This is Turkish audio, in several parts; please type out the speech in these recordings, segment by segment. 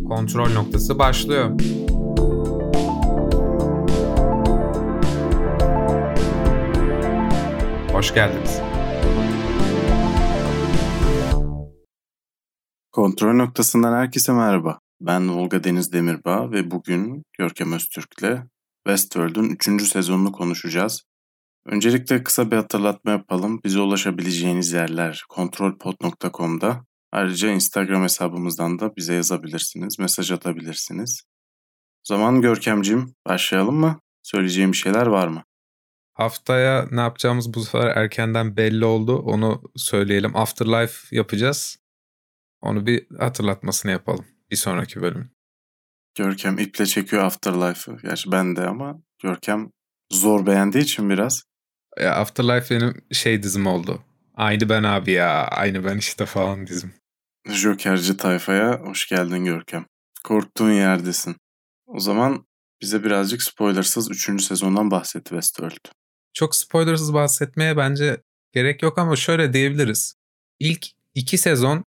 Kontrol noktası başlıyor. Hoş geldiniz. Kontrol noktasından herkese merhaba. Ben Volga Deniz Demirbağ ve bugün Görkem Öztürk'le Westworld'un 3. sezonunu konuşacağız. Öncelikle kısa bir hatırlatma yapalım. Bize ulaşabileceğiniz yerler kontrolpod.com'da. Ayrıca Instagram hesabımızdan da bize yazabilirsiniz, mesaj atabilirsiniz. O zaman Görkemciğim başlayalım mı? Söyleyeceğim bir şeyler var mı? Haftaya ne yapacağımız bu sefer erkenden belli oldu. Onu söyleyelim. Afterlife yapacağız. Onu bir hatırlatmasını yapalım bir sonraki bölüm. Görkem iple çekiyor Afterlife'ı. Gerçi ben de ama Görkem zor beğendiği için biraz. Afterlife benim dizim oldu. Aynı ben abi ya. Aynı ben işte falan dizim. Jokerci tayfaya hoş geldin Görkem. Korktuğun yerdesin. O zaman bize birazcık spoilersız 3. sezondan bahset Westworld. Çok spoilersız bahsetmeye bence gerek yok ama şöyle diyebiliriz. İlk 2 sezon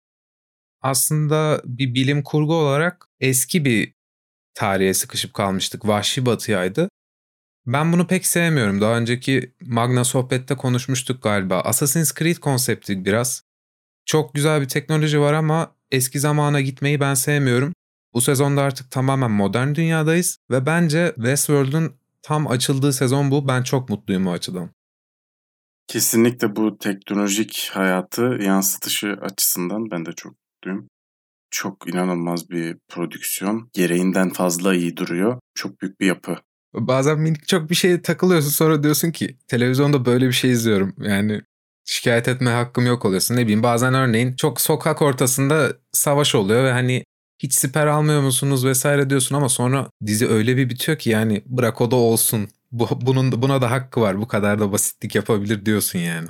aslında bir bilim kurgu olarak eski bir tarihe sıkışıp kalmıştık. Vahşi Batı'yaydı. Ben bunu pek sevmiyorum. Daha önceki Magna Sohbet'te konuşmuştuk galiba. Assassin's Creed konsepti biraz. Çok güzel bir teknoloji var ama eski zamana gitmeyi ben sevmiyorum. Bu sezonda artık tamamen modern dünyadayız ve bence Westworld'un tam açıldığı sezon bu. Ben çok mutluyum o açıdan. Kesinlikle bu teknolojik hayatı yansıtışı açısından ben de çok mutluyum. Çok inanılmaz bir prodüksiyon. Gereğinden fazla iyi duruyor. Çok büyük bir yapı. Bazen minik çok bir şeye takılıyorsun, sonra diyorsun ki televizyonda böyle bir şey izliyorum. Yani şikayet etme hakkım yok oluyorsun. Ne bileyim, bazen örneğin çok sokak ortasında savaş oluyor ve hani hiç siper almıyor musunuz vesaire diyorsun ama sonra dizi öyle bir bitiyor ki yani bırak o da olsun. Buna da hakkı var. Bu kadar da basitlik yapabilir diyorsun yani.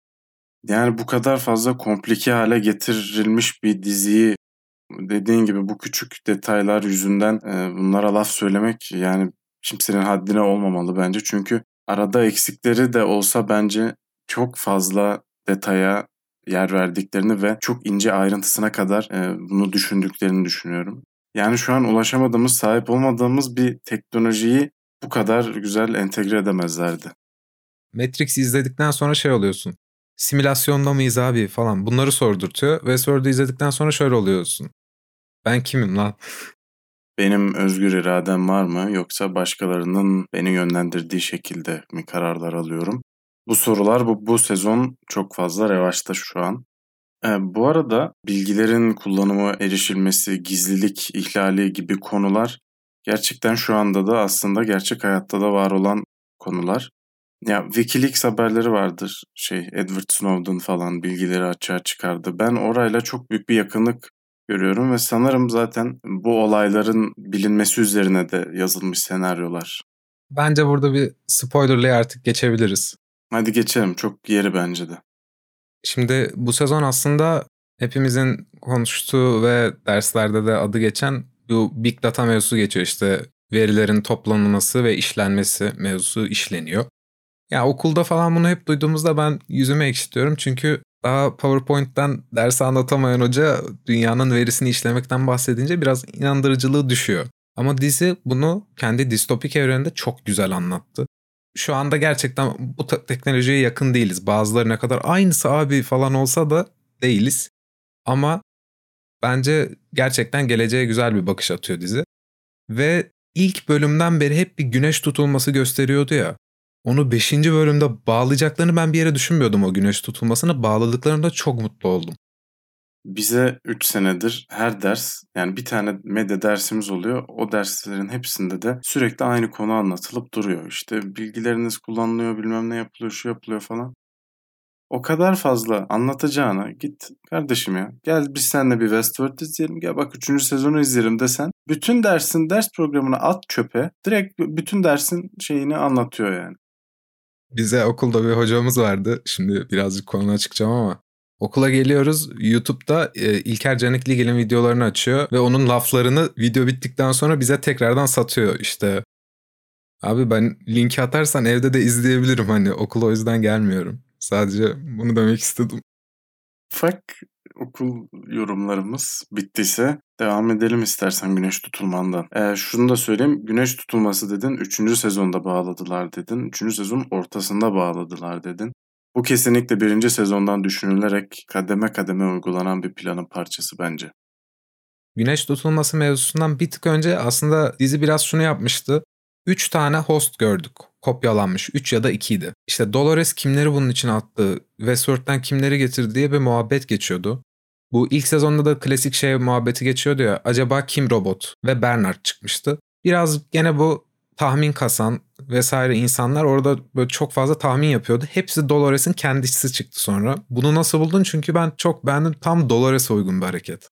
Yani bu kadar fazla komplike hale getirilmiş bir diziyi dediğin gibi bu küçük detaylar yüzünden bunlara laf söylemek yani kimsenin haddine olmamalı bence. Çünkü arada eksikleri de olsa bence çok fazla detaya yer verdiklerini ve çok ince ayrıntısına kadar bunu düşündüklerini düşünüyorum. Yani şu an ulaşamadığımız, sahip olmadığımız bir teknolojiyi bu kadar güzel entegre edemezlerdi. Matrix izledikten sonra şey oluyorsun. Simülasyonda mıyız abi falan, bunları sordurtuyor. Westworld'u izledikten sonra şöyle oluyorsun. Ben kimim lan? Benim özgür iradem var mı yoksa başkalarının beni yönlendirdiği şekilde mi kararlar alıyorum? Bu sorular bu sezon çok fazla revaçta şu an. Bu arada bilgilerin kullanımı, erişilmesi, gizlilik ihlali gibi konular gerçekten şu anda da aslında gerçek hayatta da var olan konular. Ya WikiLeaks haberleri vardır. Edward Snowden falan bilgileri açığa çıkardı. Ben orayla çok büyük bir yakınlık görüyorum ve sanırım zaten bu olayların bilinmesi üzerine de yazılmış senaryolar. Bence burada bir spoiler'la artık geçebiliriz. Hadi geçelim. Çok yeri bence de. Şimdi bu sezon aslında hepimizin konuştuğu ve derslerde de adı geçen bu Big Data mevzusu geçiyor. İşte verilerin toplanılması ve işlenmesi mevzusu işleniyor. Ya okulda falan bunu hep duyduğumuzda ben yüzümü ekşitiyorum. Çünkü daha PowerPoint'ten dersi anlatamayan hoca dünyanın verisini işlemekten bahsedince biraz inandırıcılığı düşüyor. Ama dizi bunu kendi distopik evreninde çok güzel anlattı. Şu anda gerçekten bu teknolojiye yakın değiliz. Bazıları ne kadar aynısı abi falan olsa da değiliz. Ama bence gerçekten geleceğe güzel bir bakış atıyor dizi. Ve ilk bölümden beri hep bir güneş tutulması gösteriyordu ya. Onu 5. bölümde bağlayacaklarını ben bir yere düşünmüyordum, o güneş tutulmasını. Bağladıklarında çok mutlu oldum. Bize 3 senedir her ders yani bir tane medya dersimiz oluyor. O derslerin hepsinde de sürekli aynı konu anlatılıp duruyor. İşte bilgileriniz kullanılıyor, bilmem ne yapılıyor, şu yapılıyor falan. O kadar fazla anlatacağına git kardeşim ya. Gel biz seninle bir Westworld izleyelim. Gel bak 3. sezonu izleyelim desen. Bütün dersin ders programını at çöpe. Direkt bütün dersin şeyini anlatıyor yani. Bize okulda bir hocamız vardı. Şimdi birazcık konudan çıkacağım ama. Okula geliyoruz. YouTube'da İlker Canikligil'in videolarını açıyor. Ve onun laflarını video bittikten sonra bize tekrardan satıyor. İşte abi ben linki atarsan evde de izleyebilirim. Hani okula o yüzden gelmiyorum. Sadece bunu demek istedim. okul yorumlarımız bittiyse devam edelim istersen güneş tutulmandan. Şunu da söyleyeyim. Güneş tutulması dedin. 3. sezonda bağladılar dedin. 3. sezonun ortasında bağladılar dedin. Bu kesinlikle 1. sezondan düşünülerek kademe kademe uygulanan bir planın parçası bence. Güneş tutulması mevzusundan bir tık önce aslında dizi biraz şunu yapmıştı. 3 tane host gördük. Kopyalanmış. 3 ya da 2'ydi. İşte Dolores kimleri bunun için attı, Westworld'den kimleri getirdi diye bir muhabbet geçiyordu. Bu ilk sezonda da klasik şey muhabbeti geçiyordu ya. Acaba kim robot ve Bernard çıkmıştı. Biraz gene bu tahmin kasan vesaire insanlar orada böyle çok fazla tahmin yapıyordu. Hepsi Dolores'in kendisi çıktı sonra. Bunu nasıl buldun? Çünkü ben çok beğendim. Tam Dolores'e uygun bir hareket.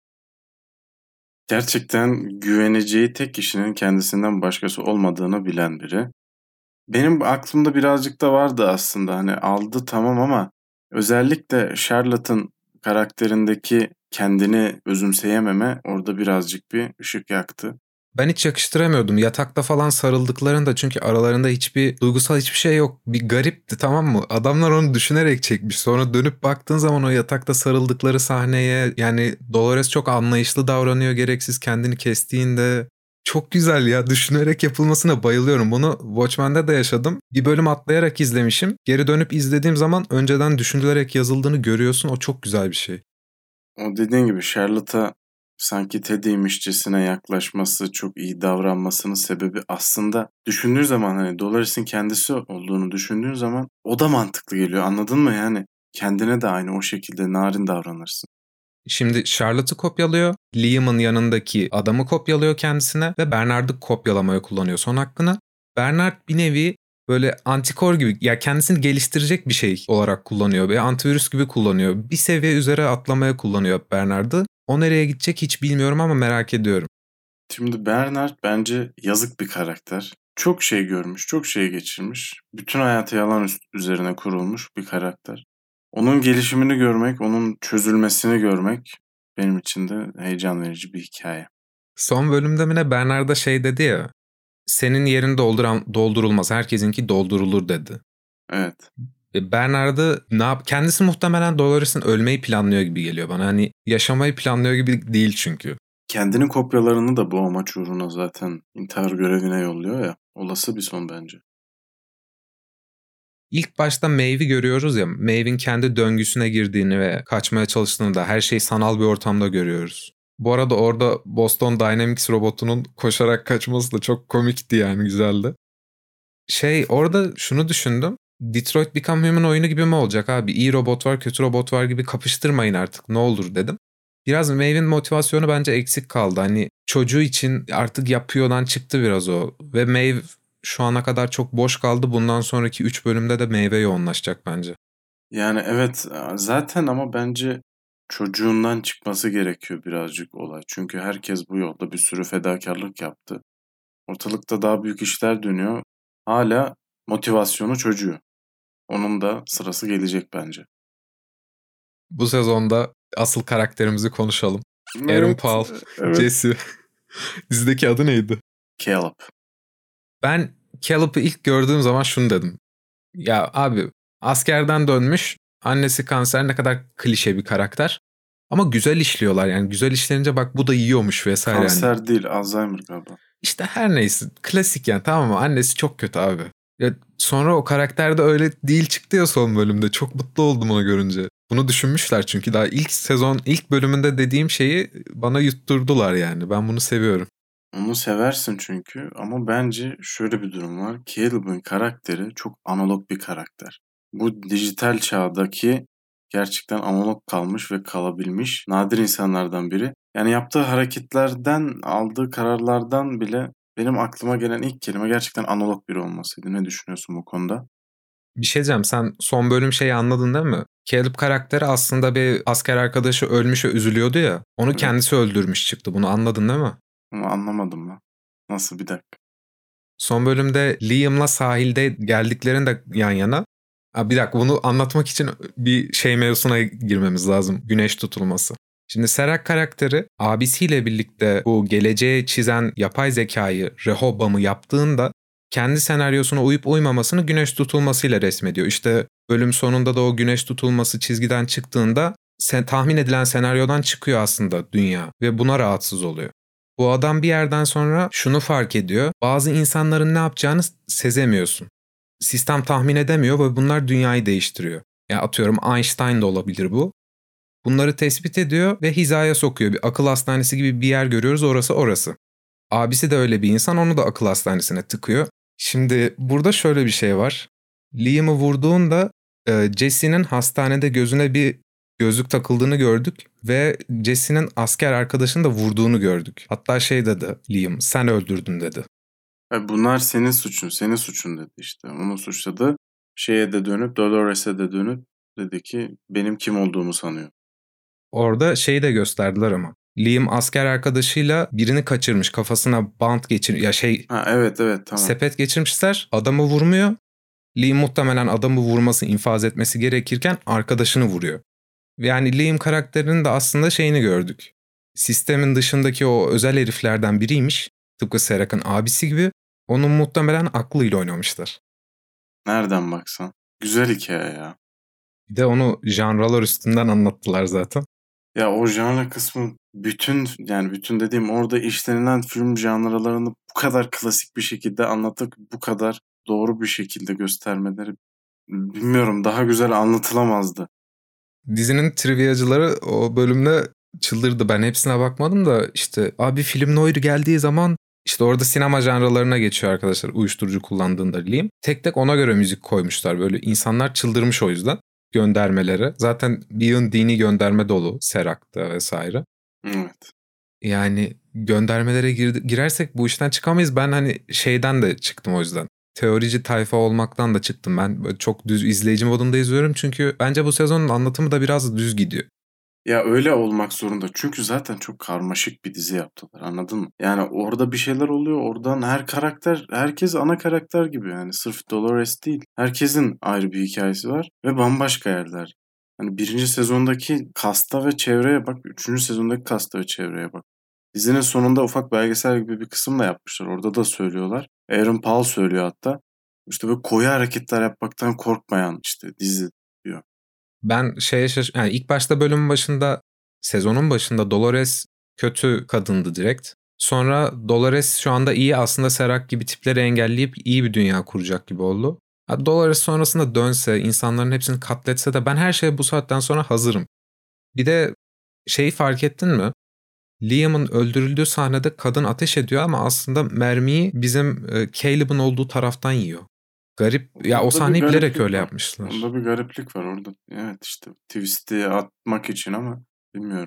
Gerçekten güveneceği tek kişinin kendisinden başkası olmadığını bilen biri. Benim aklımda birazcık da vardı aslında. Hani aldı tamam ama özellikle Charlotte'ın karakterindeki kendini özümseyememe orada birazcık bir ışık yaktı. Ben hiç yakıştıramıyordum. Yatakta falan sarıldıklarında çünkü aralarında duygusal hiçbir şey yok. Bir garipti, tamam mı? Adamlar onu düşünerek çekmiş. Sonra dönüp baktığın zaman o yatakta sarıldıkları sahneye, yani Dolores çok anlayışlı davranıyor gereksiz kendini kestiğinde. Çok güzel ya. Düşünerek yapılmasına bayılıyorum. Bunu Watchmen'de de yaşadım. Bir bölüm atlayarak izlemişim. Geri dönüp izlediğim zaman önceden düşünülerek yazıldığını görüyorsun. O çok güzel bir şey. O dediğin gibi Charlotte'a sanki Teddy'ymişçesine yaklaşması, çok iyi davranmasının sebebi aslında düşündüğün zaman hani Dolores'in kendisi olduğunu düşündüğün zaman o da mantıklı geliyor. Anladın mı yani? Kendine de aynı o şekilde narin davranırsın. Şimdi Charlotte'ı kopyalıyor, Liam'ın yanındaki adamı kopyalıyor kendisine ve Bernard'ı kopyalamaya kullanıyor son hakkını. Bernard bir nevi böyle antikor gibi, ya kendisini geliştirecek bir şey olarak kullanıyor ve antivirüs gibi kullanıyor. Bir seviye üzere atlamaya kullanıyor Bernard'ı. O nereye gidecek hiç bilmiyorum ama merak ediyorum. Şimdi Bernard bence yazık bir karakter. Çok şey görmüş, çok şey geçirmiş. Bütün hayatı yalan üzerine kurulmuş bir karakter. Onun gelişimini görmek, onun çözülmesini görmek benim için de heyecan verici bir hikaye. Son bölümde mi ne Bernard'a şey dedi ya, senin yerin doldurulmaz, herkesinki doldurulur dedi. Evet. Bernard'ı kendisi muhtemelen Dolores'in ölmeyi planlıyor gibi geliyor bana. Hani yaşamayı planlıyor gibi değil çünkü. Kendinin kopyalarını da bu amaç uğruna zaten intihar görevine yolluyor ya. Olası bir son bence. İlk başta Maeve'i görüyoruz ya. Maeve'in kendi döngüsüne girdiğini ve kaçmaya çalıştığını da her şeyi sanal bir ortamda görüyoruz. Bu arada orada Boston Dynamics robotunun koşarak kaçması da çok komikti, yani güzeldi. Orada şunu düşündüm. Detroit Become Human oyunu gibi mi olacak abi? İyi robot var, kötü robot var gibi kapıştırmayın artık, ne olur dedim. Biraz Maeve'in motivasyonu bence eksik kaldı. Hani çocuğu için artık yapıyordan çıktı biraz o. Ve Maeve şu ana kadar çok boş kaldı. Bundan sonraki 3 bölümde de Maeve'e yoğunlaşacak bence. Yani evet zaten ama bence çocuğundan çıkması gerekiyor birazcık olay. Çünkü herkes bu yolda bir sürü fedakarlık yaptı. Ortalıkta daha büyük işler dönüyor. Hala motivasyonu çocuğu. Onun da sırası gelecek bence. Bu sezonda asıl karakterimizi konuşalım. Aaron Evet, Paul, evet. Jesse. Dizideki adı neydi? Caleb. Ben Caleb'ı ilk gördüğüm zaman şunu dedim. Ya abi, askerden dönmüş, annesi kanser, ne kadar klişe bir karakter. Ama güzel işliyorlar, yani güzel işlenince bak bu da yiyormuş vesaire. Kanser değil, Alzheimer galiba. İşte her neyse, klasik yani, tamam mı? Annesi çok kötü abi. Ya sonra o karakter de öyle değil çıktı ya son bölümde. Çok mutlu oldum onu görünce. Bunu düşünmüşler çünkü daha ilk sezon ilk bölümünde dediğim şeyi bana yutturdular yani. Ben bunu seviyorum. Onu seversin çünkü ama bence şöyle bir durum var. Caleb'ın karakteri çok analog bir karakter. Bu dijital çağdaki gerçekten analog kalmış ve kalabilmiş nadir insanlardan biri. Yani yaptığı hareketlerden, aldığı kararlardan bile benim aklıma gelen ilk kelime gerçekten analog biri olmasıydı. Ne düşünüyorsun bu konuda? Bir şey diyeceğim, sen son bölüm şeyi anladın değil mi? Caleb karakteri aslında bir asker arkadaşı ölmüş ve üzülüyordu ya. Onu Evet. kendisi öldürmüş çıktı. Bunu anladın değil mi? Ama anlamadım ben. Nasıl bir dakika? Son bölümde Liam'la sahilde geldiklerinde yan yana. Bir dakika, bunu anlatmak için bir şey mevzusuna girmemiz lazım. Güneş tutulması. Şimdi Serac karakteri abisiyle birlikte bu geleceği çizen yapay zekayı, Rehoboam'ı yaptığında kendi senaryosuna uyup uymamasını güneş tutulmasıyla resmediyor. İşte bölüm sonunda da o güneş tutulması çizgiden çıktığında tahmin edilen senaryodan çıkıyor aslında dünya ve buna rahatsız oluyor. Bu adam bir yerden sonra şunu fark ediyor. Bazı insanların ne yapacağını sezemiyorsun. Sistem tahmin edemiyor ve bunlar dünyayı değiştiriyor. Ya atıyorum Einstein de olabilir bu. Bunları tespit ediyor ve hizaya sokuyor. Bir akıl hastanesi gibi bir yer görüyoruz, orası orası. Abisi de öyle bir insan, onu da akıl hastanesine tıkıyor. Şimdi burada şöyle bir şey var. Liam'ı vurduğunda Jesse'nin hastanede gözüne bir gözlük takıldığını gördük ve Jesse'nin asker arkadaşını da vurduğunu gördük. Hatta şey dedi Liam, sen öldürdün dedi. Bunlar senin suçun, senin suçun dedi işte. Onu suçladı. Şeye de dönüp, Dolores'e de dönüp dedi ki benim kim olduğumu sanıyor. Orada şeyi de gösterdiler ama. Liam asker arkadaşıyla birini kaçırmış, kafasına bant Evet tamam. sepet geçirmişler. Adamı vurmuyor. Liam muhtemelen adamı vurması, infaz etmesi gerekirken arkadaşını vuruyor. Yani Liam karakterinin de aslında şeyini gördük. Sistemin dışındaki o özel heriflerden biriymiş. Tıpkı Serak'ın abisi gibi. Onun muhtemelen aklıyla oynamışlar. Nereden baksan. Güzel hikaye ya. Bir de onu janralar üstünden anlattılar zaten. Ya o janra kısmı bütün dediğim orada işlenilen film janralarını bu kadar klasik bir şekilde anlatıp bu kadar doğru bir şekilde göstermeleri bilmiyorum daha güzel anlatılamazdı. Dizinin triviacıları o bölümde çıldırdı. Ben hepsine bakmadım da işte abi film noir geldiği zaman işte orada sinema janralarına geçiyor arkadaşlar, uyuşturucu kullandığında Liam. Tek tek ona göre müzik koymuşlar, böyle insanlar çıldırmış o yüzden göndermelere. Zaten bir yığın dini gönderme dolu Serak'ta vesaire. Evet. Yani göndermelere girersek bu işten çıkamayız. Ben hani şeyden de çıktım o yüzden. Teorici tayfa olmaktan da çıktım. Ben böyle çok düz izleyici modunda izliyorum. Çünkü bence bu sezonun anlatımı da biraz düz gidiyor. Ya öyle olmak zorunda. Çünkü zaten çok karmaşık bir dizi yaptılar. Anladın mı? Yani orada bir şeyler oluyor. Oradan her karakter, herkes ana karakter gibi. Yani sırf Dolores değil. Herkesin ayrı bir hikayesi var. Ve bambaşka yerler. Hani birinci sezondaki kasta ve çevreye bak. Üçüncü sezondaki kasta ve çevreye bak. Dizinin sonunda ufak belgesel gibi bir kısım da yapmışlar. Orada da söylüyorlar. Aaron Paul söylüyor hatta. İşte böyle koyu hareketler yapmaktan korkmayan işte dizi diyor. Ben yani ilk başta bölümün başında, sezonun başında Dolores kötü kadındı direkt. Sonra Dolores şu anda iyi, aslında Serac gibi tipleri engelleyip iyi bir dünya kuracak gibi oldu. Dolores sonrasında dönse, insanların hepsini katletse de ben her şeye bu saatten sonra hazırım. Bir de şeyi fark ettin mi? Liam'ın öldürüldüğü sahnede kadın ateş ediyor ama aslında mermiyi bizim Caleb'ın olduğu taraftan yiyor. Garip. Ya o sahneyi bilerek öyle yapmışlar. Onda bir gariplik var orada. Evet işte twist'i atmak için ama bilmiyorum.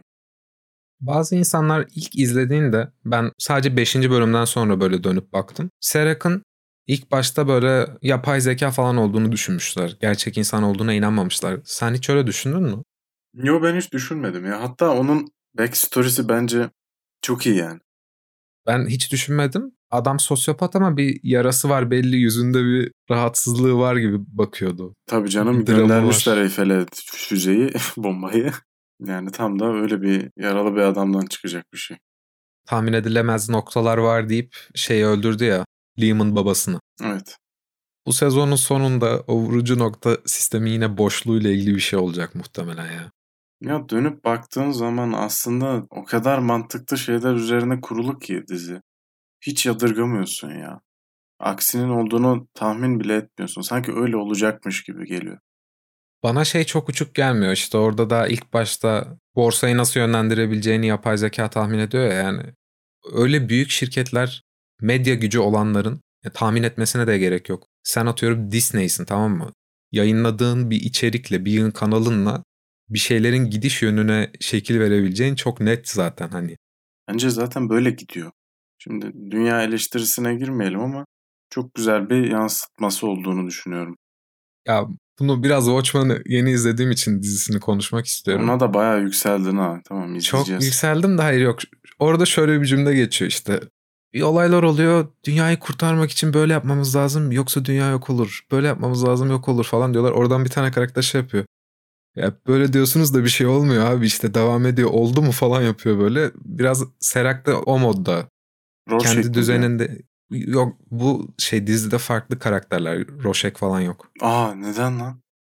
Bazı insanlar ilk izlediğinde, ben sadece 5. bölümden sonra böyle dönüp baktım. Serac'ın ilk başta böyle yapay zeka falan olduğunu düşünmüşler. Gerçek insan olduğuna inanmamışlar. Sen hiç öyle düşündün mü? Yo ben hiç düşünmedim ya. Hatta onun backstory'si bence çok iyi yani. Ben hiç düşünmedim. Adam sosyopat ama bir yarası var belli, yüzünde bir rahatsızlığı var gibi bakıyordu. Tabii canım Bir dramı göndermişler var. Eyfel'e füzeyi, bombayı. Yani tam da öyle bir yaralı bir adamdan çıkacak bir şey. Tahmin edilemez noktalar var deyip şeyi öldürdü ya, Liam'ın babasını. Evet. Bu sezonun sonunda o vurucu nokta sistemi yine boşluğuyla ilgili bir şey olacak muhtemelen ya. Ya dönüp baktığın zaman aslında o kadar mantıklı şeyler üzerine kurulu ki dizi. Hiç yadırgamıyorsun ya. Aksinin olduğunu tahmin bile etmiyorsun. Sanki öyle olacakmış gibi geliyor. Bana şey çok uçuk gelmiyor, işte orada da ilk başta borsayı nasıl yönlendirebileceğini yapay zeka tahmin ediyor ya, yani. Öyle büyük şirketler, medya gücü olanların tahmin etmesine de gerek yok. Sen atıyorum Disney'sin, tamam mı? Yayınladığın bir içerikle, bir kanalınla bir şeylerin gidiş yönüne şekil verebileceğin çok net zaten hani. Bence zaten böyle gidiyor. Şimdi dünya eleştirisine girmeyelim ama çok güzel bir yansıtması olduğunu düşünüyorum. Ya bunu biraz Watchmen'ı yeni izlediğim için dizisini konuşmak istiyorum. Ona da bayağı yükseldin ha. Tamam Çok izleyeceğiz. yükseldim de hayır yok. Orada şöyle bir cümle geçiyor işte. Bir olaylar oluyor. Dünyayı kurtarmak için böyle yapmamız lazım. Yoksa dünya yok olur. Böyle yapmamız lazım, yok olur falan diyorlar. Oradan bir tane karakter şey yapıyor. Ya böyle diyorsunuz da bir şey olmuyor abi, işte devam ediyor. Oldu mu falan yapıyor böyle. Biraz Serac da o modda. Kendi düzeninde. Yok, bu dizide farklı karakterler. Rorschach falan yok. Aa neden lan?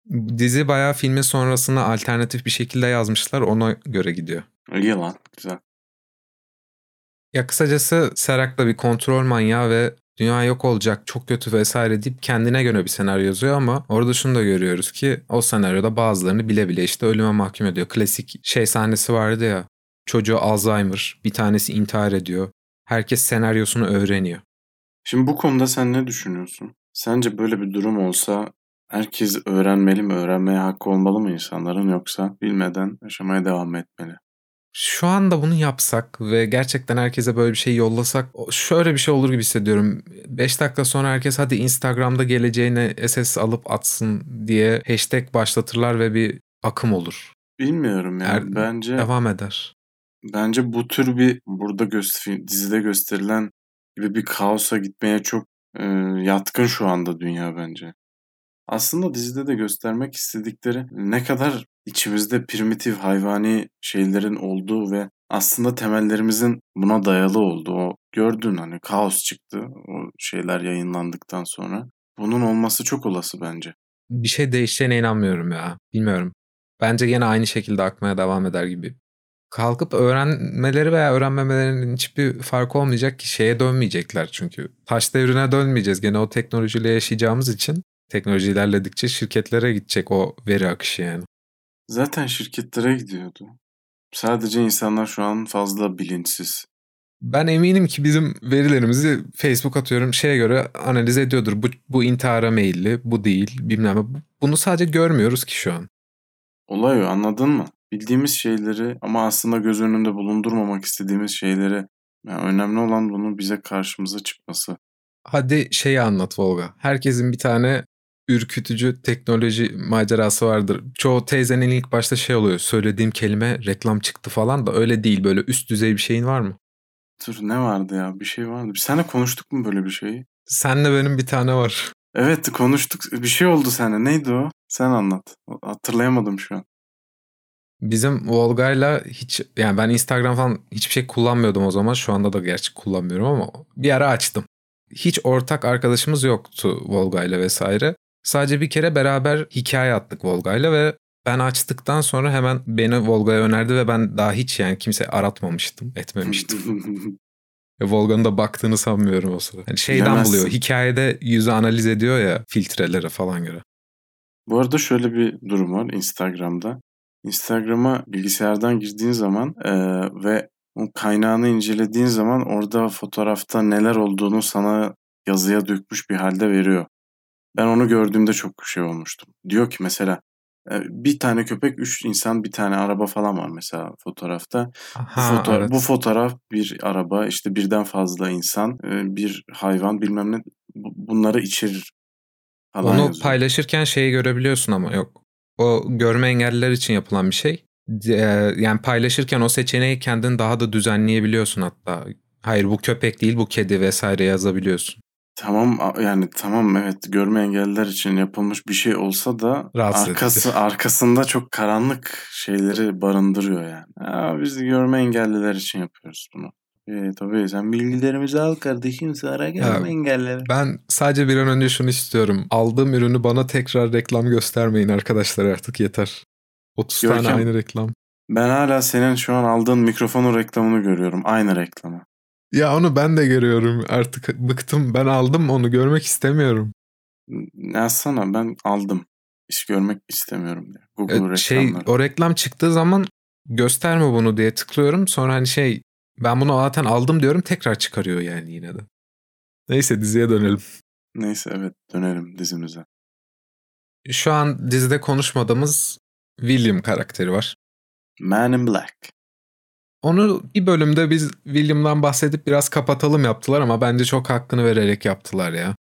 Dizi bayağı filmin sonrasını alternatif bir şekilde yazmışlar. Ona göre gidiyor. İyi lan, güzel. Ya kısacası Serac da bir kontrol manyağı ve dünya yok olacak, çok kötü vesaire deyip kendine göre bir senaryo yazıyor ama orada şunu da görüyoruz ki o senaryoda bazılarını bile bile işte ölüme mahkum ediyor. Klasik şey sahnesi vardı ya, çocuğu Alzheimer, bir tanesi intihar ediyor. Herkes senaryosunu öğreniyor. Şimdi bu konuda sen ne düşünüyorsun? Sence böyle bir durum olsa herkes öğrenmeli mi? Öğrenmeye hakkı olmalı mı insanların, yoksa bilmeden yaşamaya devam etmeli? Şu anda bunu yapsak ve gerçekten herkese böyle bir şey yollasak şöyle bir şey olur gibi hissediyorum. 5 dakika sonra herkes hadi Instagram'da geleceğine SS alıp atsın diye hashtag başlatırlar ve bir akım olur. Bilmiyorum ya. Bence Devam eder. bu tür bir burada dizide gösterilen gibi bir kaosa gitmeye çok yatkın şu anda dünya bence. Aslında dizide de göstermek istedikleri ne kadar içimizde primitif hayvani şeylerin olduğu ve aslında temellerimizin buna dayalı olduğu. O gördün, hani kaos çıktı o şeyler yayınlandıktan sonra. Bunun olması çok olası bence. Bir şey değişeceğine inanmıyorum ya. Bilmiyorum. Bence yine aynı şekilde akmaya devam eder gibi. Kalkıp öğrenmeleri veya öğrenmemelerinin hiçbir farkı olmayacak ki, şeye dönmeyecekler çünkü. Taş devrine dönmeyeceğiz. Gene o teknolojiyle yaşayacağımız için teknoloji ilerledikçe şirketlere gidecek o veri akışı yani. Zaten şirketlere gidiyordu. Sadece insanlar şu an fazla bilinçsiz. Ben eminim ki bizim verilerimizi Facebook atıyorum şeye göre analiz ediyordur. Bu intihara meyilli, bu değil, bilmem ne. Bunu sadece görmüyoruz ki şu an. Olay o, anladın mı? Bildiğimiz şeyleri ama aslında göz önünde bulundurmamak istediğimiz şeyleri, yani önemli olan bunun bize karşımıza çıkması. Hadi şeyi anlat Volga. Herkesin bir tane ürkütücü teknoloji macerası vardır. Çoğu teyzenin ilk başta şey oluyor. Söylediğim kelime reklam çıktı falan da öyle değil. Böyle üst düzey bir şeyin var mı? Dur, ne vardı ya? Bir şey vardı. Biz seninle konuştuk mu böyle bir şeyi? Senle benim bir tane var. Evet, konuştuk. Bir şey oldu seninle. Neydi o? Sen anlat. Hatırlayamadım şu an. Bizim Volga'yla hiç, yani ben Instagram falan hiçbir şey kullanmıyordum o zaman. Şu anda da gerçi kullanmıyorum ama bir ara açtım. Hiç ortak arkadaşımız yoktu Volga'yla vesaire. Sadece bir kere beraber hikaye attık Volga'yla ve ben açtıktan sonra hemen beni Volga'ya önerdi ve ben daha hiç yani kimse aratmamıştım, etmemiştim. Ve Volga'nın da baktığını sanmıyorum o sırada. Yani şeyden buluyor. Bilemezsin. Hikayede yüzü analiz ediyor ya filtrelere falan göre. Bu arada şöyle bir durum var Instagram'da. Instagram'a bilgisayardan girdiğin zaman ve o kaynağını incelediğin zaman orada fotoğrafta neler olduğunu sana yazıya dökmüş bir halde veriyor. Ben onu gördüğümde çok şey olmuştum. Diyor ki mesela bir tane köpek, 3 insan, bir tane araba falan var mesela fotoğrafta. Aha, Bu evet. fotoğraf bir araba, işte birden fazla insan, bir hayvan, bilmem ne, bunları içerir falan Onu yazıyor. paylaşırken şeyi görebiliyorsun ama yok. O görme engelliler için yapılan bir şey. Yani paylaşırken o seçeneği kendin daha da düzenleyebiliyorsun hatta. Hayır bu köpek değil bu kedi vesaire yazabiliyorsun. Tamam, yani tamam, evet, görme engelliler için yapılmış bir şey olsa da Rahatsız edici. arkasında çok karanlık şeyleri barındırıyor yani. Biz de görme engelliler için yapıyoruz bunu. Tabii sen bilgilerimizi al kardeşim, sonra Ya görme engelliler. ben sadece bir an önce şunu istiyorum. Aldığım ürünü bana tekrar reklam göstermeyin arkadaşlar, artık yeter. 30 tane Görkem, aynı reklam. ben hala senin şu an aldığın mikrofonun reklamını görüyorum. Aynı reklamı. Ya onu ben de görüyorum. Artık bıktım. Ben aldım, onu görmek istemiyorum. Yazsana, ben aldım. İş görmek istemiyorum diye. Google Şey, reklamları. o reklam çıktığı zaman gösterme bunu diye tıklıyorum. Sonra hani şey, ben bunu zaten aldım diyorum, tekrar çıkarıyor yani yine de. Neyse diziye dönelim. Neyse, evet, dönelim dizimize. Şu an dizide konuşmadığımız William karakteri var. Man in Black. Onu bir bölümde biz William'dan bahsedip biraz kapatalım yaptılar ama bence çok hakkını vererek yaptılar ya.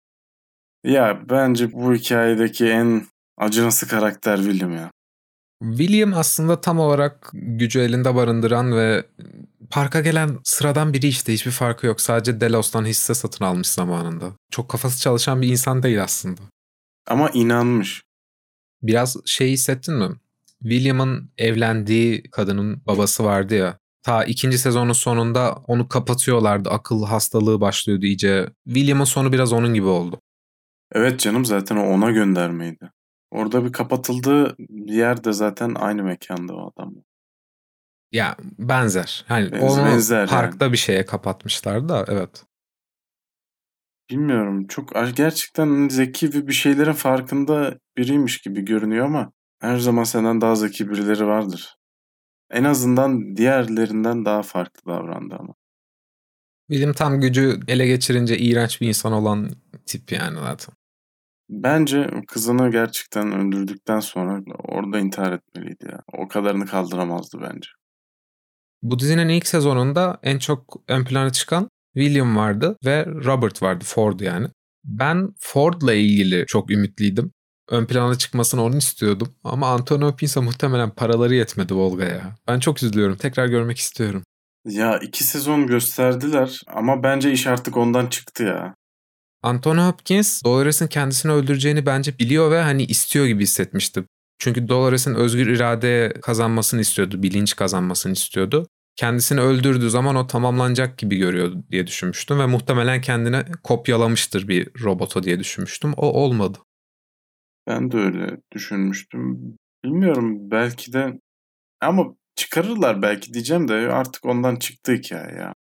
Ya bence bu hikayedeki en acınası karakter William ya. William aslında tam olarak gücü elinde barındıran ve parka gelen sıradan biri işte, hiçbir farkı yok. Sadece Delos'tan hisse satın almış zamanında. Çok kafası çalışan bir insan değil aslında. Ama inanmış. Biraz şey hissettin mi? William'ın evlendiği kadının babası vardı ya. Ta 2. sezonun sonunda onu kapatıyorlardı. Akıl hastalığı başlıyordu iyice. William'ın sonu biraz onun gibi oldu. Evet canım, zaten o ona göndermeydi. Orada bir kapatıldığı yer de zaten aynı mekanda o adam. Ya benzer. Hani onu Benzer yani. parkta bir şeye kapatmışlar da evet. Bilmiyorum. Çok gerçekten zeki ve bir şeylerin farkında biriymiş gibi görünüyor ama her zaman senden daha zeki birileri vardır. En azından diğerlerinden daha farklı davrandı ama. Bilim tam gücü ele geçirince iğrenç bir insan olan tip yani zaten. Bence kızını gerçekten öldürdükten sonra orada intihar etmeliydi ya. O kadarını kaldıramazdı bence. Bu dizinin ilk sezonunda en çok ön plana çıkan William vardı ve Robert vardı, Ford yani. Ben Ford'la ilgili çok ümitliydim. Ön plana çıkmasını onu istiyordum. Ama Anthony Hopkins'e muhtemelen paraları yetmedi Volga'ya. Ben çok üzülüyorum. Tekrar görmek istiyorum. Ya 2 sezon gösterdiler ama bence iş artık ondan çıktı ya. Anthony Hopkins Dolores'in kendisini öldüreceğini bence biliyor ve hani istiyor gibi hissetmiştim. Çünkü Dolores'in özgür irade kazanmasını istiyordu, bilinç kazanmasını istiyordu. Kendisini öldürdüğü zaman o tamamlanacak gibi görüyor diye düşünmüştüm ve muhtemelen kendine kopyalamıştır bir robota diye düşünmüştüm. O olmadı. Ben de öyle düşünmüştüm. Bilmiyorum belki de ama çıkarırlar belki diyeceğim de artık ondan çıktı hikaye ya.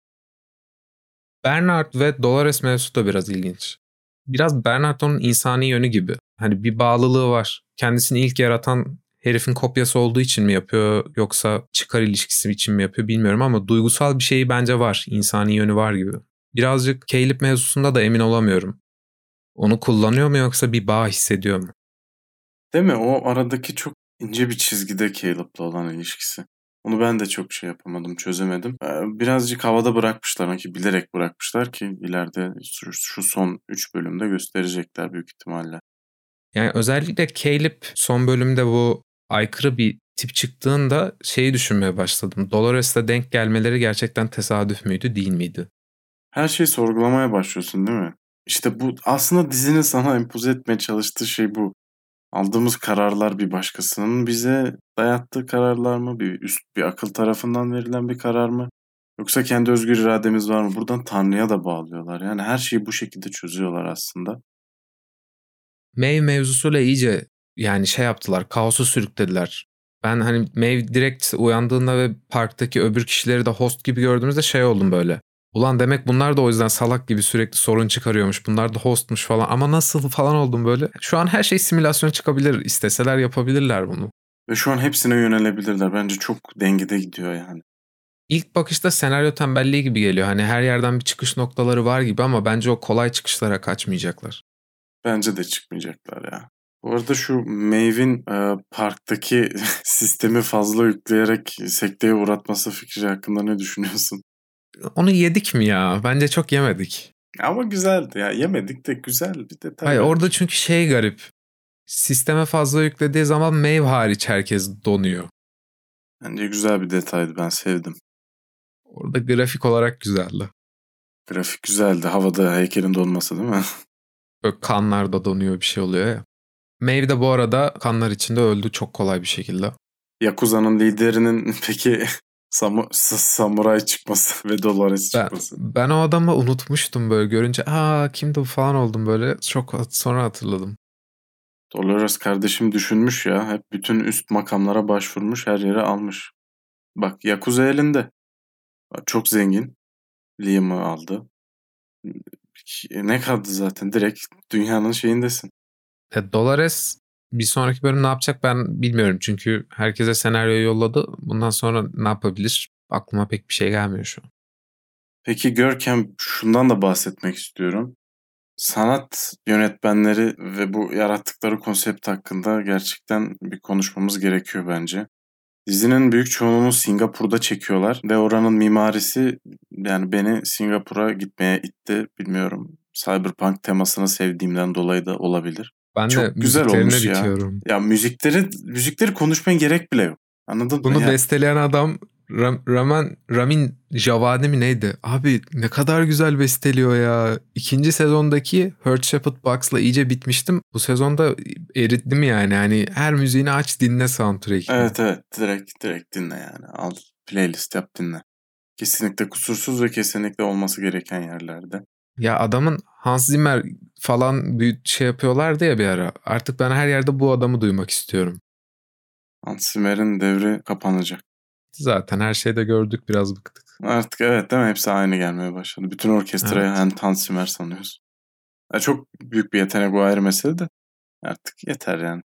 Bernard ve Dolores mevzusu da biraz ilginç. Biraz Bernard onun insani yönü gibi. Hani bir bağlılığı var. Kendisini ilk yaratan herifin kopyası olduğu için mi yapıyor yoksa çıkar ilişkisi için mi yapıyor bilmiyorum ama duygusal bir şeyi bence var. İnsani yönü var gibi. Birazcık Caleb mevzusunda da emin olamıyorum. Onu kullanıyor mu yoksa bir bağ hissediyor mu? Değil mi? O aradaki çok ince bir çizgide Caleb'la olan ilişkisi. Onu ben de çok şey yapamadım, çözemedim. Birazcık havada bırakmışlar ki bilerek bırakmışlar ki ileride şu son 3 bölümde gösterecekler büyük ihtimalle. Yani özellikle Caleb son bölümde bu aykırı bir tip çıktığında şeyi düşünmeye başladım. Dolores'le denk gelmeleri gerçekten tesadüf müydü, değil miydi? Her şeyi sorgulamaya başlıyorsun değil mi? İşte bu aslında dizinin sana empoze etmeye çalıştığı şey bu. Aldığımız kararlar bir başkasının bize dayattığı kararlar mı? Bir üst bir akıl tarafından verilen bir karar mı? Yoksa kendi özgür irademiz var mı? Buradan Tanrı'ya da bağlıyorlar. Yani her şeyi bu şekilde çözüyorlar aslında. Maeve mevzusuyla iyice yani şey yaptılar, kaosu sürüklediler. Ben hani Maeve direkt uyandığında ve parktaki öbür kişileri de host gibi gördüğümüzde şey oldum böyle. Ulan demek bunlar da o yüzden salak gibi sürekli sorun çıkarıyormuş. Bunlar da hostmuş falan. Ama nasıl falan oldum böyle. Şu an her şey simülasyon çıkabilir. İsteseler yapabilirler bunu. Ve şu an hepsine yönelebilirler. Bence çok dengede gidiyor yani. İlk bakışta senaryo tembelliği gibi geliyor. Hani her yerden bir çıkış noktaları var gibi ama bence o kolay çıkışlara kaçmayacaklar. Bence de çıkmayacaklar ya. Bu arada şu Maeve'in parktaki sistemi fazla yükleyerek sekteye uğratması fikri hakkında ne düşünüyorsun? Onu yedik mi ya? Bence çok yemedik. Ama güzeldi ya. Yemedik de güzel bir detay Hayır bence. orada çünkü şey garip. Sisteme fazla yüklediği zaman Maeve hariç herkes donuyor. Bence güzel bir detaydı. Ben sevdim. Orada grafik olarak güzeldi. Grafik güzeldi. Havada heykelin donması değil mi? Böyle kanlar da donuyor bir şey oluyor ya. Maeve de bu arada kanlar içinde öldü çok kolay bir şekilde. Yakuza'nın liderinin peki samuray çıkması ve Dolores Ben, çıkması. ben o adamı unutmuştum böyle görünce. Aa kimdi bu falan oldum böyle. Çok sonra hatırladım. Dolores kardeşim düşünmüş ya. Hep bütün üst makamlara başvurmuş. Her yere almış. Bak Yakuza elinde. Çok zengin. Liam'ı aldı. Ne kaldı zaten? Direkt dünyanın şeyindesin. Dolores bir sonraki bölüm ne yapacak ben bilmiyorum. Çünkü herkese senaryo yolladı. Bundan sonra ne yapabilir? Aklıma pek bir şey gelmiyor şu an. Peki Görkem şundan da bahsetmek istiyorum. Sanat yönetmenleri ve bu yarattıkları konsept hakkında gerçekten bir konuşmamız gerekiyor bence. Dizinin büyük çoğunluğunu Singapur'da çekiyorlar ve oranın mimarisi yani beni Singapur'a gitmeye itti. Bilmiyorum. Cyberpunk temasını sevdiğimden dolayı da olabilir. Ben de Çok güzel müziklerine olmuş ya. bitiyorum. Ya müzikleri konuşmaya gerek bile yok. Anladın mı? Bunu Ya besteleyen adam Ramin Javadi mi neydi? Abi ne kadar güzel besteliyor ya. İkinci sezondaki Hurt Shepherd Box'la iyice bitmiştim. Bu sezonda erittim yani. Hani her müziğini aç dinle soundtrack'ini. evet direkt dinle yani. Al playlist yap dinle. Kesinlikle kusursuz ve kesinlikle olması gereken yerlerde. Ya adamın Hans Zimmer falan bir şey yapıyorlardı ya bir ara. Artık ben her yerde bu adamı duymak istiyorum. Hans Zimmer'in devri kapanacak. Zaten her şeyde gördük, biraz bıktık. Artık evet değil mi? Hepsi aynı gelmeye başladı. Bütün orkestrayı Hans Zimmer sanıyoruz. Çok büyük bir yetenek, bu ayrı mesele de. Artık yeter yani.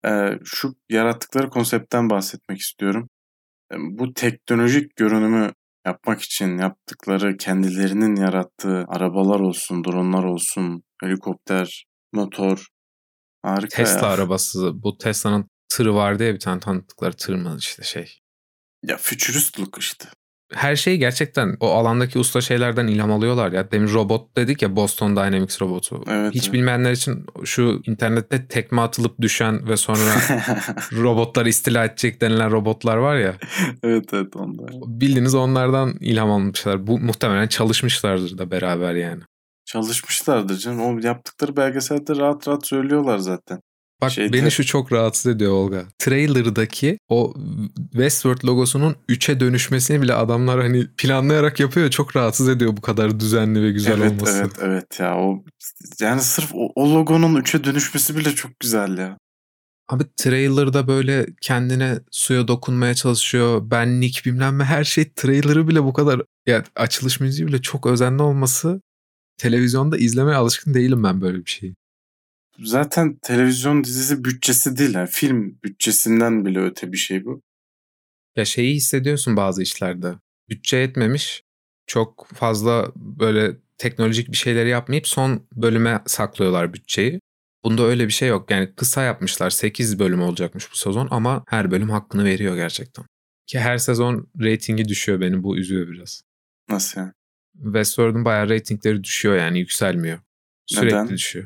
Şu yarattıkları konseptten bahsetmek istiyorum. Bu teknolojik görünümü yapmak için yaptıkları, kendilerinin yarattığı arabalar olsun, dronlar olsun, helikopter, motor. Harika Tesla ya. arabası, bu Tesla'nın tırı vardı ya, bir tane tanıttıkları tır mı işte şey. Ya futuristluk işte. Her şeyi gerçekten o alandaki usta şeylerden ilham alıyorlar ya. Demin robot dedik ya, Boston Dynamics robotu. Evet, Hiç evet. bilmeyenler için şu internette tekme atılıp düşen ve sonra robotları istila edecek denilen robotlar var ya. Evet onlar. Bildiğiniz onlardan ilham almışlar. Bu muhtemelen çalışmışlardır da beraber yani. Çalışmışlardır canım. O yaptıkları belgeselde rahat rahat söylüyorlar zaten. Bak beni şu çok rahatsız ediyor Olga. Trailer'daki o Westworld logosunun 3'e dönüşmesini bile adamlar hani planlayarak yapıyor. Çok rahatsız ediyor bu kadar düzenli ve güzel olması. Evet ya, o yani sırf o logonun 3'e dönüşmesi bile çok güzel ya. Abi trailer'da böyle kendine suya dokunmaya çalışıyor. Benlik bilmem ne, her şey, trailer'ı bile bu kadar, ya açılış müziği bile çok özenli olması, televizyonda izlemeye alışkın değilim ben böyle bir şeyi. Zaten televizyon dizisi bütçesi değil. Yani film bütçesinden bile öte bir şey bu. Ya şeyi hissediyorsun bazı işlerde. Bütçe yetmemiş. Çok fazla böyle teknolojik bir şeyleri yapmayıp son bölüme saklıyorlar bütçeyi. Bunda öyle bir şey yok. Yani kısa yapmışlar. 8 bölüm olacakmış bu sezon ama her bölüm hakkını veriyor gerçekten. Ki her sezon reytingi düşüyor, beni bu üzüyor biraz. Nasıl yani? Westworld'un bayağı reytingleri düşüyor, yani yükselmiyor. Sürekli Neden? düşüyor.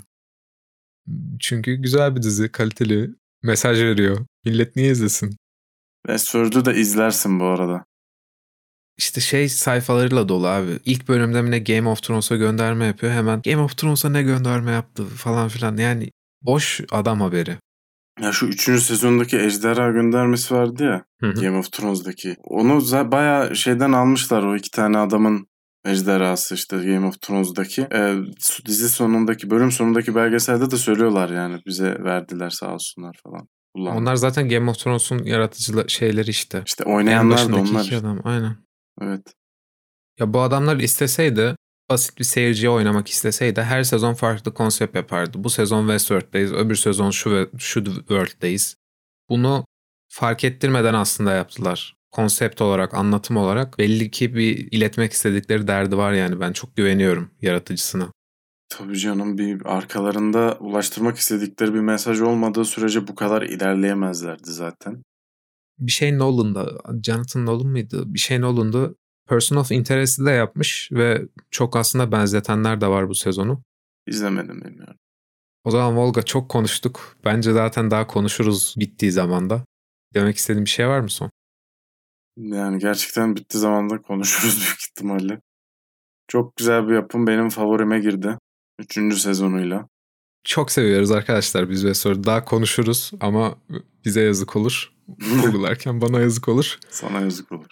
Çünkü güzel bir dizi, kaliteli, mesaj veriyor. Millet niye izlesin? Westworld'u da izlersin bu arada. İşte şey sayfalarıyla dolu abi. İlk bölümde mi ne Game of Thrones'a gönderme yapıyor. Hemen Game of Thrones'a ne gönderme yaptı falan filan. Yani boş adam haberi. Ya şu 3. sezondaki ejderha göndermesi vardı ya. Game of Thrones'daki. Onu bayağı şeyden almışlar, o 2 tane adamın ejderhası işte Game of Thrones'daki. Dizi sonundaki, bölüm sonundaki belgeselde de söylüyorlar yani, bize verdiler sağ olsunlar falan. Kullandık. Onlar zaten Game of Thrones'un yaratıcı şeyleri işte. İşte oynayanlar da onlar iki işte. adam, aynen. Evet. Ya bu adamlar isteseydi, basit bir seyirciye oynamak isteseydi her sezon farklı konsept yapardı. Bu sezon Westworld'dayız, öbür sezon şu World'dayız. Bunu fark ettirmeden aslında yaptılar. Konsept olarak, anlatım olarak belli ki bir iletmek istedikleri derdi var yani. Ben çok güveniyorum yaratıcısına. Tabii canım, bir arkalarında ulaştırmak istedikleri bir mesaj olmadığı sürece bu kadar ilerleyemezlerdi zaten. Bir şey Nolan'da, Jonathan Nolan mıydı? Bir şey Nolan'da Person of Interest'i de yapmış ve çok aslında benzetenler de var bu sezonu. İzlemedim, bilmiyorum. O zaman Volga, çok konuştuk. Bence zaten daha konuşuruz bittiği zamanda. Demek istediğin bir şey var mı son? Yani gerçekten bittiği zamanda konuşuruz büyük ihtimalle. Çok güzel bir yapım, benim favorime girdi. 3. sezonuyla. Çok seviyoruz arkadaşlar biz ve sonra daha konuşuruz ama bize yazık olur. Kurgularken bana yazık olur. Sana yazık olur.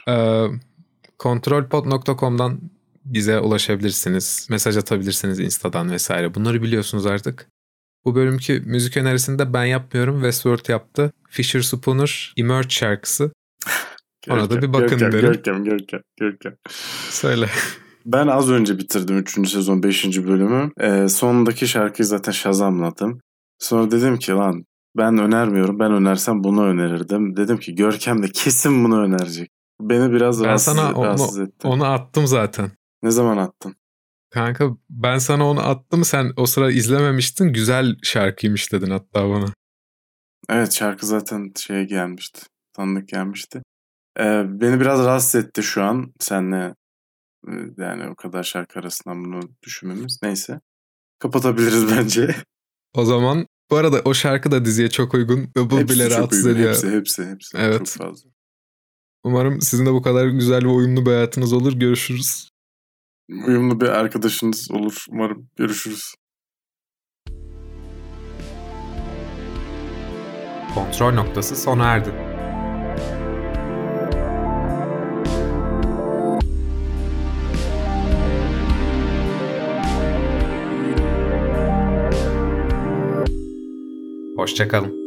Kontrolpod.com'dan bize ulaşabilirsiniz. Mesaj atabilirsiniz Insta'dan vesaire. Bunları biliyorsunuz artık. Bu bölümki müzik önerisini de ben yapmıyorum. Westworld yaptı. Fisher Spooner Emerge şarkısı. Ona da bir bakın derim. Görkem. Söyle. Ben az önce bitirdim 3. sezon 5. bölümü. Sonundaki şarkıyı zaten Shazam'ladım. Sonra dedim ki lan ben önermiyorum. Ben önersem bunu önerirdim. Dedim ki Görkem de kesin bunu önerecek. Beni biraz rahatsız etti. Onu attım zaten. Ne zaman attın? Kanka ben sana onu attım. Sen o sıra izlememiştin. Güzel şarkıymış dedin hatta bana. Evet, şarkı zaten şeye gelmişti. Tanıdık gelmişti. Beni biraz rahatsız etti şu an. Seninle yani o kadar şarkı arasından bunu düşünmemiz. Neyse. Kapatabiliriz bence. O zaman bu arada o şarkı da diziye çok uygun. Bu hepsi bile rahatsız ediyor. Hepsi. Evet. Çok fazla. Umarım sizin de bu kadar güzel ve uyumlu bir hayatınız olur. Görüşürüz. Uyumlu bir arkadaşınız olur. Umarım. Görüşürüz. Kontrol noktası sona erdi. Hoşça kalın.